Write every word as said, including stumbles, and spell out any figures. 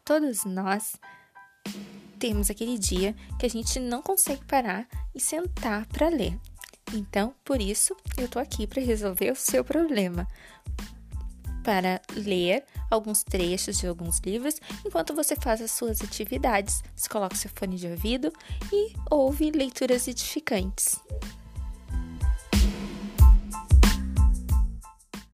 Todos nós temos aquele dia que a gente não consegue parar e sentar para ler. Então, por isso, eu tô aqui para resolver o seu problema, para ler alguns trechos de alguns livros enquanto você faz as suas atividades. Você coloca seu fone de ouvido e ouve leituras edificantes.